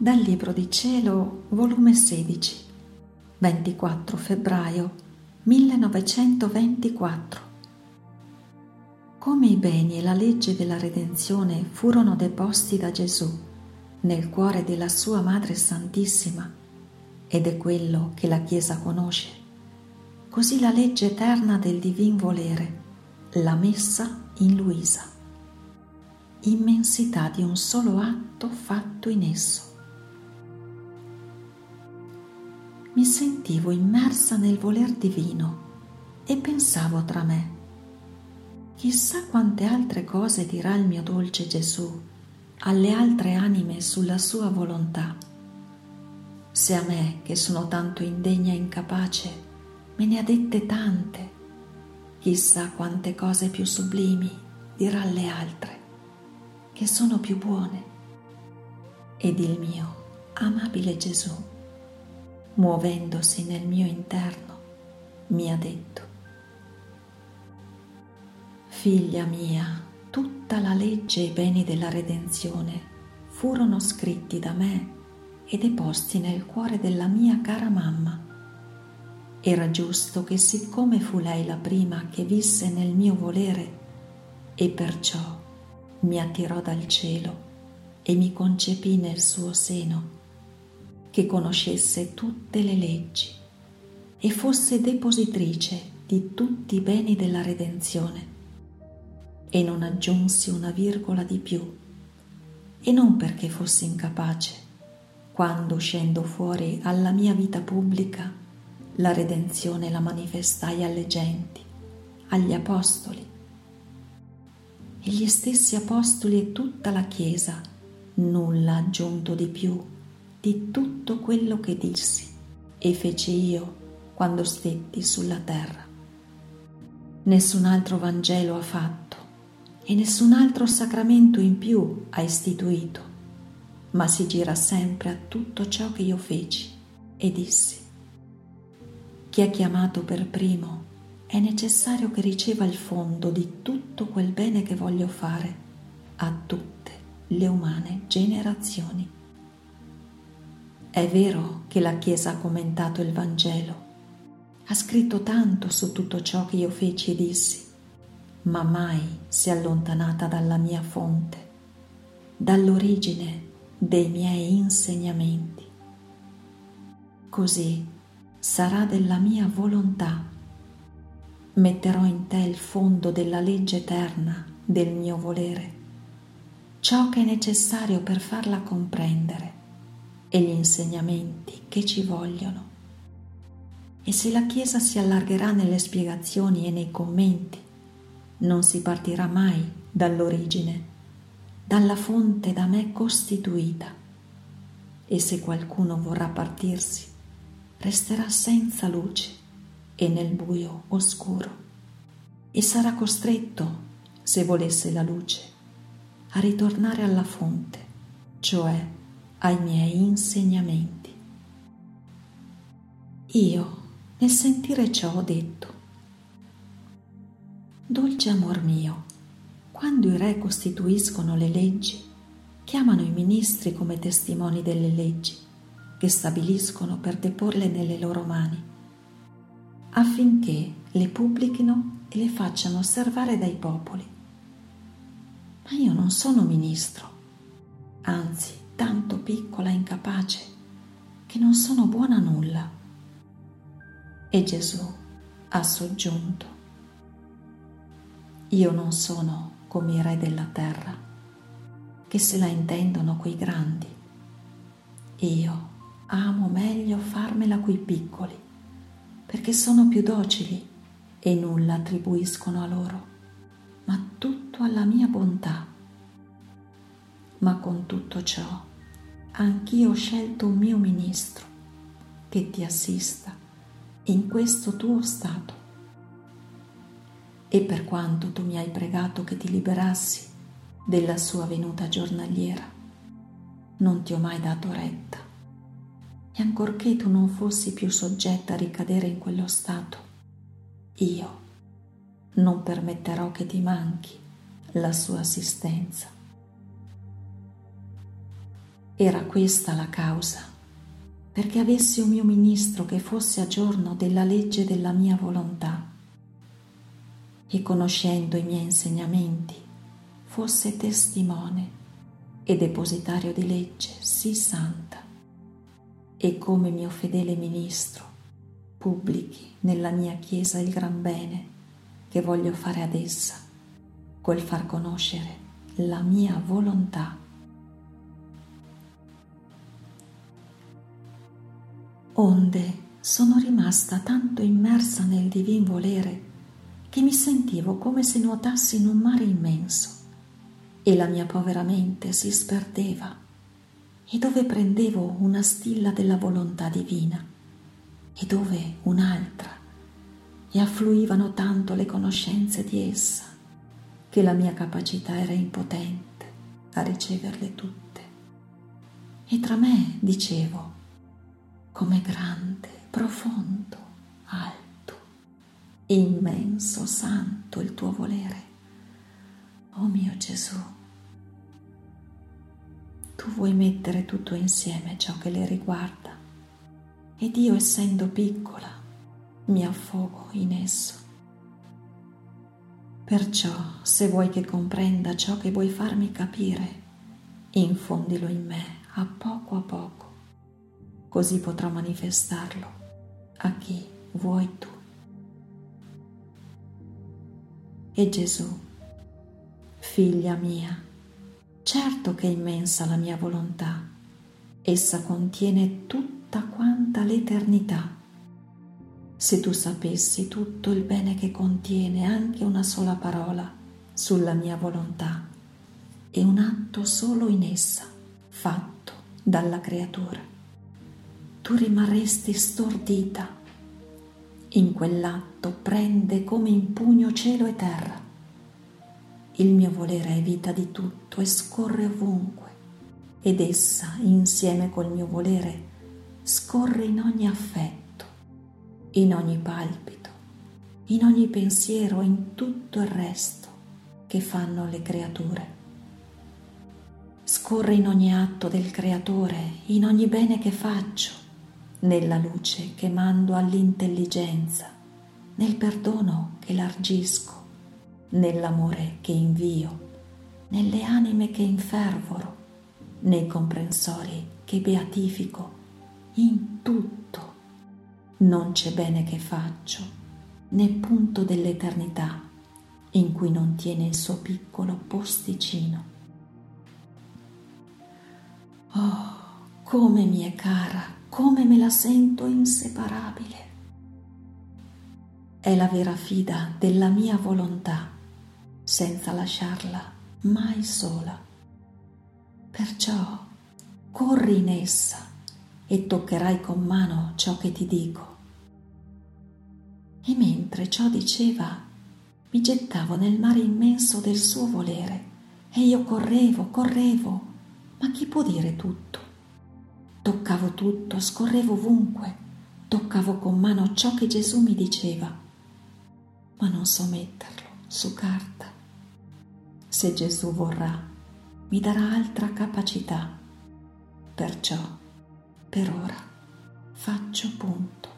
Dal Libro di Cielo, volume 16, 24 febbraio 1924. Come i beni e la legge della redenzione furono deposti da Gesù nel cuore della sua Madre Santissima, ed è quello che la Chiesa conosce, così la legge eterna del divin volere l'ha messa in Luisa. Immensità di un solo atto fatto in esso. Mi sentivo immersa nel voler divino e pensavo tra me: chissà quante altre cose dirà il mio dolce Gesù alle altre anime sulla sua volontà. Se a me, che sono tanto indegna e incapace, me ne ha dette tante, chissà quante cose più sublimi dirà alle altre, che sono più buone. Ed il mio amabile Gesù, muovendosi nel mio interno, mi ha detto: figlia mia, tutta la legge e i beni della redenzione furono scritti da me e deposti nel cuore della mia cara mamma. Era giusto che, siccome fu lei la prima che visse nel mio volere, e perciò mi attirò dal cielo e mi concepì nel suo seno, che conoscesse tutte le leggi e fosse depositrice di tutti i beni della redenzione, e non aggiunsi una virgola di più, e non perché fossi incapace, quando uscendo fuori alla mia vita pubblica la redenzione la manifestai alle genti, agli apostoli. E gli stessi apostoli e tutta la Chiesa nulla ha aggiunto di più di tutto quello che dissi e feci io quando stetti sulla terra. Nessun altro Vangelo ha fatto e nessun altro sacramento in più ha istituito, ma si gira sempre a tutto ciò che io feci e dissi: chi è chiamato per primo è necessario che riceva il fondo di tutto quel bene che voglio fare a tutte le umane generazioni. È vero che la Chiesa ha commentato il Vangelo, ha scritto tanto su tutto ciò che io feci e dissi, ma mai si è allontanata dalla mia fonte, dall'origine dei miei insegnamenti. Così sarà della mia volontà. Metterò in te il fondo della legge eterna del mio volere, ciò che è necessario per farla comprendere e gli insegnamenti che ci vogliono. E se la Chiesa si allargherà nelle spiegazioni e nei commenti, non si partirà mai dall'origine, dalla fonte da me costituita. E se qualcuno vorrà partirsi, resterà senza luce e nel buio oscuro, e sarà costretto, se volesse la luce, a ritornare alla fonte, cioè ai miei insegnamenti. Io, nel sentire ciò, ho detto: dolce amor mio, quando i re costituiscono le leggi, chiamano i ministri come testimoni delle leggi che stabiliscono per deporle nelle loro mani, affinché le pubblichino e le facciano osservare dai popoli. Ma io non sono ministro, anzi tanto piccola e incapace che non sono buona a nulla. E Gesù ha soggiunto: io non sono come i re della terra, che se la intendono coi grandi. Io amo meglio farmela coi piccoli, perché sono più docili e nulla attribuiscono a loro, ma tutto alla mia bontà. Ma con tutto ciò, anch'io ho scelto un mio ministro che ti assista in questo tuo stato. E per quanto tu mi hai pregato che ti liberassi della sua venuta giornaliera, non ti ho mai dato retta. E ancorché tu non fossi più soggetta a ricadere in quello stato, io non permetterò che ti manchi la sua assistenza. Era questa la causa, perché avessi un mio ministro che fosse a giorno della legge della mia volontà e, conoscendo i miei insegnamenti, fosse testimone e depositario di legge sì santa, e come mio fedele ministro pubblichi nella mia Chiesa il gran bene che voglio fare ad essa, col far conoscere la mia volontà. Onde sono rimasta tanto immersa nel divin volere che mi sentivo come se nuotassi in un mare immenso e la mia povera mente si sperdeva, e dove prendevo una stilla della volontà divina e dove un'altra, e affluivano tanto le conoscenze di essa che la mia capacità era impotente a riceverle tutte. E tra me dicevo: com'è grande, profondo, alto, immenso, santo il tuo volere, oh mio Gesù. Tu vuoi mettere tutto insieme ciò che le riguarda, ed io, essendo piccola, mi affogo in esso. Perciò, se vuoi che comprenda ciò che vuoi farmi capire, infondilo in me a poco, così potrò manifestarlo a chi vuoi tu. E Gesù: figlia mia, certo che è immensa la mia volontà, essa contiene tutta quanta l'eternità. Se tu sapessi tutto il bene che contiene anche una sola parola sulla mia volontà e un atto solo in essa, fatto dalla creatura, tu rimarresti stordita. In quell'atto prende come in pugno cielo e terra. Il mio volere è vita di tutto e scorre ovunque, ed essa, insieme col mio volere, scorre in ogni affetto, in ogni palpito, in ogni pensiero e in tutto il resto che fanno le creature. Scorre in ogni atto del Creatore, in ogni bene che faccio, nella luce che mando all'intelligenza, nel perdono che largisco, nell'amore che invio, nelle anime che infervoro, nei comprensori che beatifico, in tutto. Non c'è bene che faccio, né punto dell'eternità in cui non tiene il suo piccolo posticino. Oh, come mi è cara, come me la sento inseparabile. È la vera fida della mia volontà, senza lasciarla mai sola. Perciò corri in essa e toccherai con mano ciò che ti dico. E mentre ciò diceva, mi gettavo nel mare immenso del suo volere, e io correvo, ma chi può dire tutto? Toccavo tutto, scorrevo ovunque, toccavo con mano ciò che Gesù mi diceva, ma non so metterlo su carta. Se Gesù vorrà, mi darà altra capacità. Perciò, per ora, faccio punto.